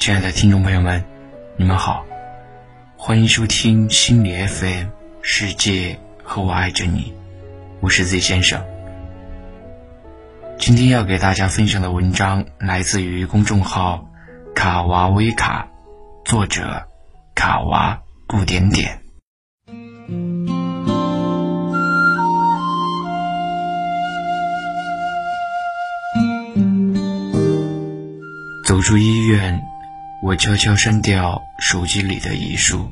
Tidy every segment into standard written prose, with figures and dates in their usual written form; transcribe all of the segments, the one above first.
亲爱的听众朋友们，你们好，欢迎收听心理 FM 世界和我爱着你，我是 Z 先生。今天要给大家分享的文章来自于公众号卡娃微卡，作者卡娃顾点点。走出医院，我悄悄删掉手机里的遗书。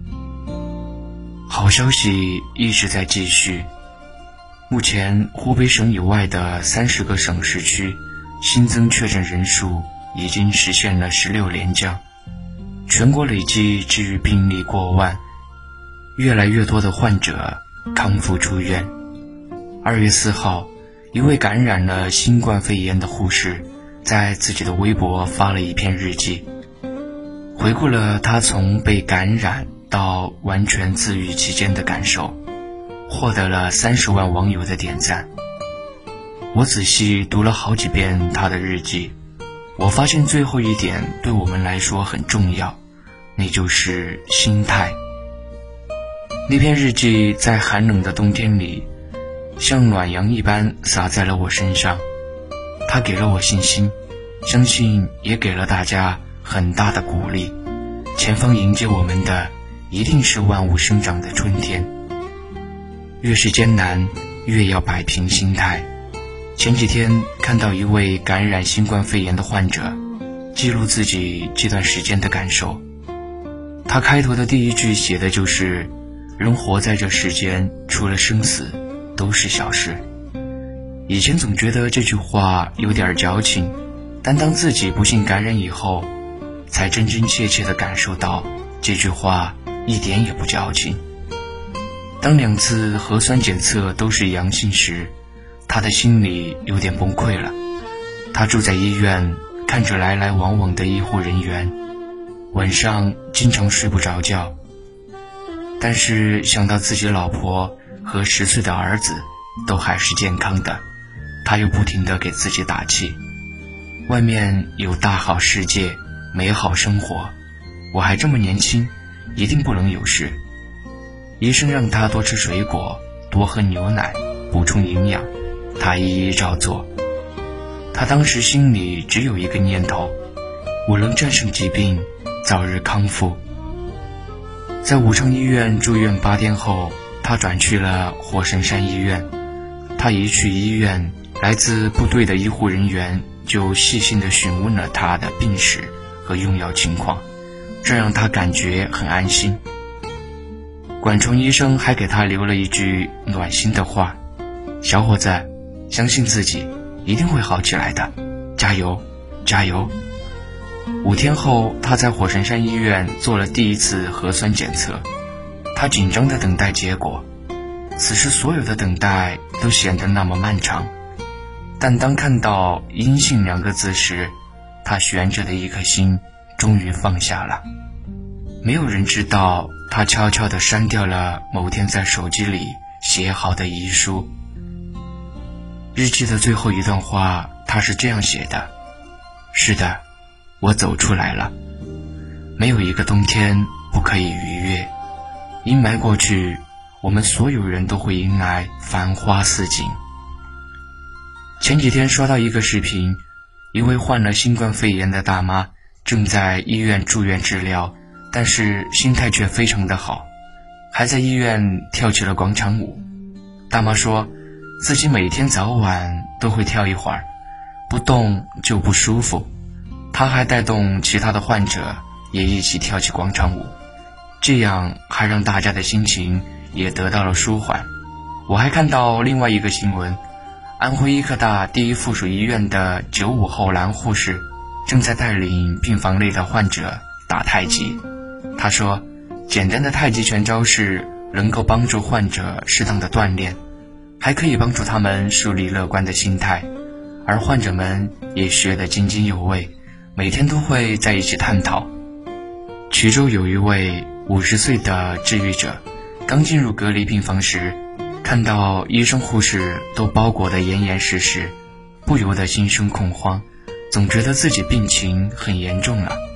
好消息一直在继续，目前湖北省以外的30个省市区新增确诊人数已经实现了16连降，全国累计治愈病例过万，越来越多的患者康复出院。2月4号，一位感染了新冠肺炎的护士在自己的微博发了一篇日记，回顾了他从被感染到完全自愈期间的感受，获得了30万网友的点赞。我仔细读了好几遍他的日记，我发现最后一点对我们来说很重要，那就是心态。那篇日记在寒冷的冬天里像暖阳一般洒在了我身上，它给了我信心，相信也给了大家很大的鼓励。前方迎接我们的一定是万物生长的春天，越是艰难越要摆平心态。前几天看到一位感染新冠肺炎的患者记录自己这段时间的感受，他开头的第一句写的就是人活在这世间，除了生死都是小事。以前总觉得这句话有点矫情，但当自己不幸感染以后，才真真切切地感受到这句话一点也不矫情。当2次核酸检测都是阳性时，他的心里有点崩溃了。他住在医院，看着来来往往的医护人员，晚上经常睡不着觉。但是想到自己老婆和10岁的儿子都还是健康的，他又不停地给自己打气，外面有大好世界，美好生活，我还这么年轻，一定不能有事。医生让他多吃水果，多喝牛奶，补充营养，他一一照做。他当时心里只有一个念头，我能战胜疾病，早日康复。在武昌医院住院8天后，他转去了火神山医院。他一去医院，来自部队的医护人员就细心地询问了他的病史和用药情况，这让他感觉很安心。管床医生还给他留了一句暖心的话，小伙子，相信自己，一定会好起来的，加油加油。5天后，他在火神山医院做了第1次核酸检测，他紧张地等待结果，此时所有的等待都显得那么漫长，但当看到阴性2个字时，他悬着的一颗心终于放下了。没有人知道他悄悄地删掉了某天在手机里写好的遗书。日记的最后一段话，他是这样写的：是的，我走出来了，没有一个冬天不可以逾越，阴霾过去，我们所有人都会迎来繁花似锦。前几天刷到一个视频，一位患了新冠肺炎的大妈正在医院住院治疗，但是心态却非常的好，还在医院跳起了广场舞。大妈说自己每天早晚都会跳一会儿，不动就不舒服。她还带动其他的患者也一起跳起广场舞，这样还让大家的心情也得到了舒缓。我还看到另外一个新闻，安徽医科大第一附属医院的95后男护士正在带领病房内的患者打太极。他说，简单的太极拳招式能够帮助患者适当的锻炼，还可以帮助他们树立乐观的心态，而患者们也学得津津有味，每天都会在一起探讨。衢州有一位50岁的治愈者，刚进入隔离病房时，看到医生护士都包裹得严严实实，不由得心生恐慌，总觉得自己病情很严重了。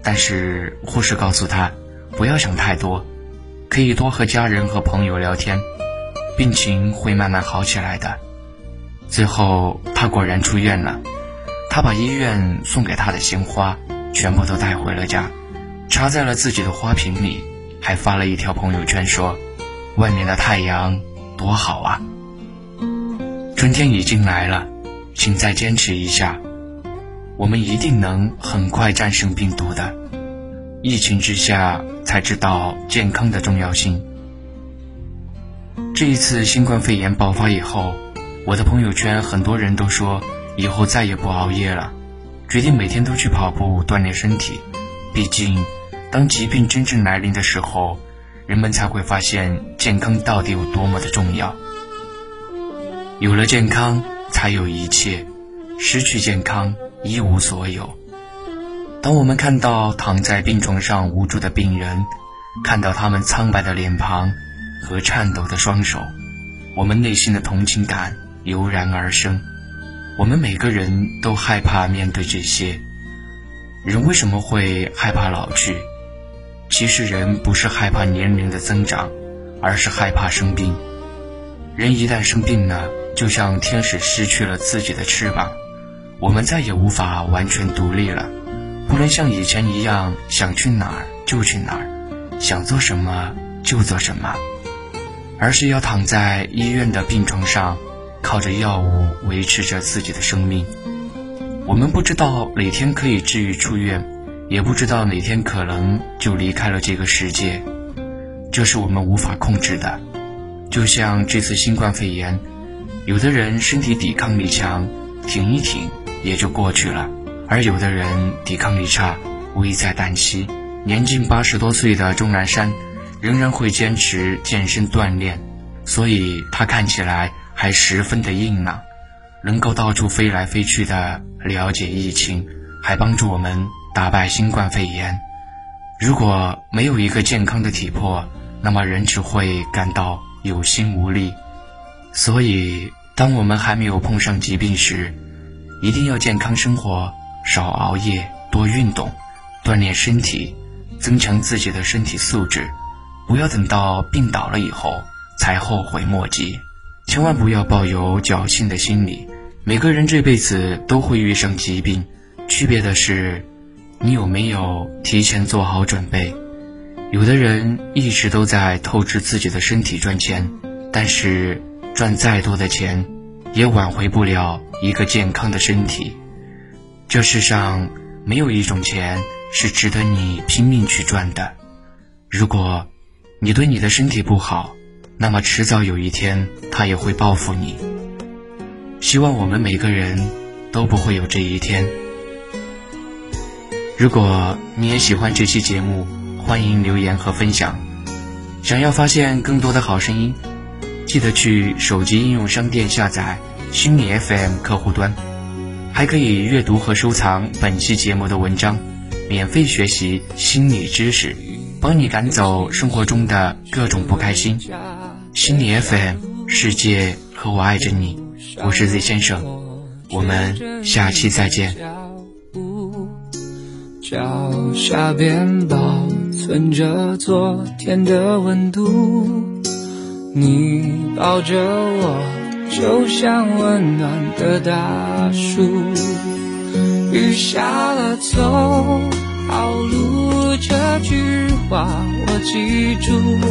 但是护士告诉他不要想太多，可以多和家人和朋友聊天，病情会慢慢好起来的。最后他果然出院了，他把医院送给他的鲜花全部都带回了家，插在了自己的花瓶里，还发了一条朋友圈说外面的太阳多好啊。春天已经来了，请再坚持一下，我们一定能很快战胜病毒的。疫情之下才知道健康的重要性。这一次新冠肺炎爆发以后，我的朋友圈很多人都说以后再也不熬夜了，决定每天都去跑步锻炼身体。毕竟当疾病真正来临的时候，人们才会发现健康到底有多么的重要。有了健康才有一切，失去健康一无所有。当我们看到躺在病床上无助的病人，看到他们苍白的脸庞和颤抖的双手，我们内心的同情感油然而生。我们每个人都害怕面对这些。人为什么会害怕老去？其实人不是害怕年龄的增长，而是害怕生病。人一旦生病了，就像天使失去了自己的翅膀，我们再也无法完全独立了，不能像以前一样想去哪儿就去哪儿，想做什么就做什么，而是要躺在医院的病床上，靠着药物维持着自己的生命。我们不知道哪天可以治愈出院，也不知道哪天可能就离开了这个世界，这是我们无法控制的。就像这次新冠肺炎，有的人身体抵抗力强，挺一挺也就过去了，而有的人抵抗力差，危在旦夕。年近80多岁的钟南山仍然会坚持健身锻炼，所以他看起来还十分的硬朗，能够到处飞来飞去的了解疫情，还帮助我们打败新冠肺炎。如果没有一个健康的体魄，那么人只会感到有心无力。所以当我们还没有碰上疾病时，一定要健康生活，少熬夜，多运动，锻炼身体，增强自己的身体素质，不要等到病倒了以后才后悔莫及。千万不要抱有侥幸的心理，每个人这辈子都会遇上疾病，区别的是你有没有提前做好准备。有的人一直都在透支自己的身体赚钱，但是赚再多的钱也挽回不了一个健康的身体。这世上没有一种钱是值得你拼命去赚的。如果你对你的身体不好，那么迟早有一天它也会报复你。希望我们每个人都不会有这一天。如果你也喜欢这期节目，欢迎留言和分享。想要发现更多的好声音，记得去手机应用商店下载心理 FM 客户端，还可以阅读和收藏本期节目的文章，免费学习心理知识，帮你赶走生活中的各种不开心。心理 FM， 世界和我爱着你，我是 Z 先生，我们下期再见。 脚下边保存着昨天的温度，你抱着我就像温暖的大树，雨下了走好路，这句话我记住，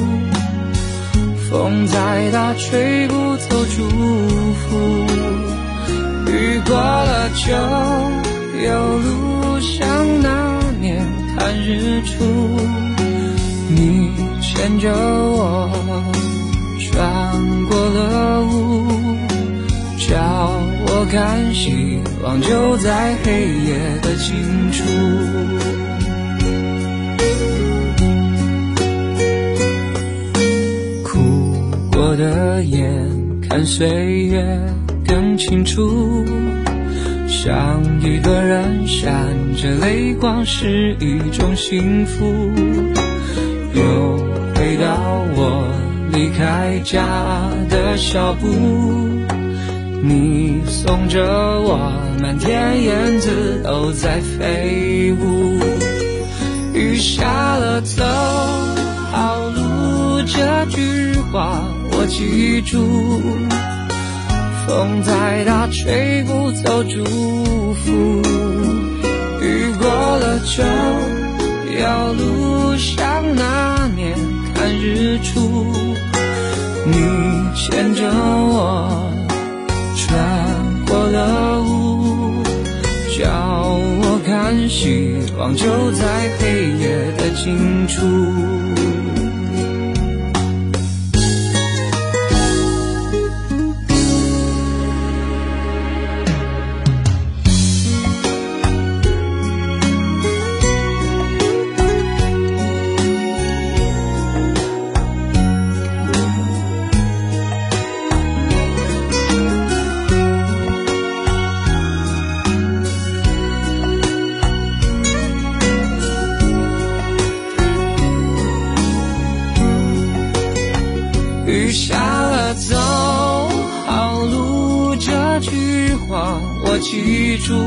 风再大吹不走祝福，雨过了就有路，像那年看日出，你牵着我穿过了雾，叫我看希望就在黑夜的尽处。哭过的眼看岁月更清楚，想一个人闪着泪光是一种幸福，又回到我离开家的小步，你送着我，满天燕子都在飞舞， 雨下了走好路，这句话我记住。风再大吹不走祝福，雨过了就要路像那年看日出。你牵着我穿过了雾，叫我看希望就在黑夜的尽处。雨下了走好路，这句话我记住。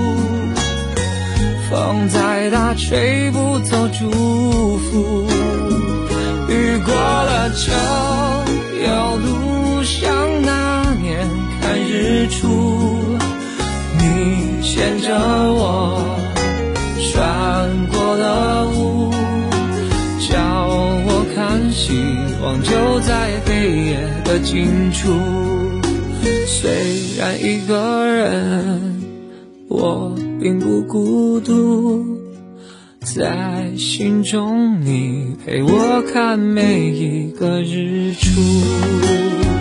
风再大吹不走祝福，雨过了就有路像那年看日出。你牵着我穿过了雾，叫我看希望就在黑夜的尽处。虽然一个人，我并不孤独，在心中你陪我看每一个日出。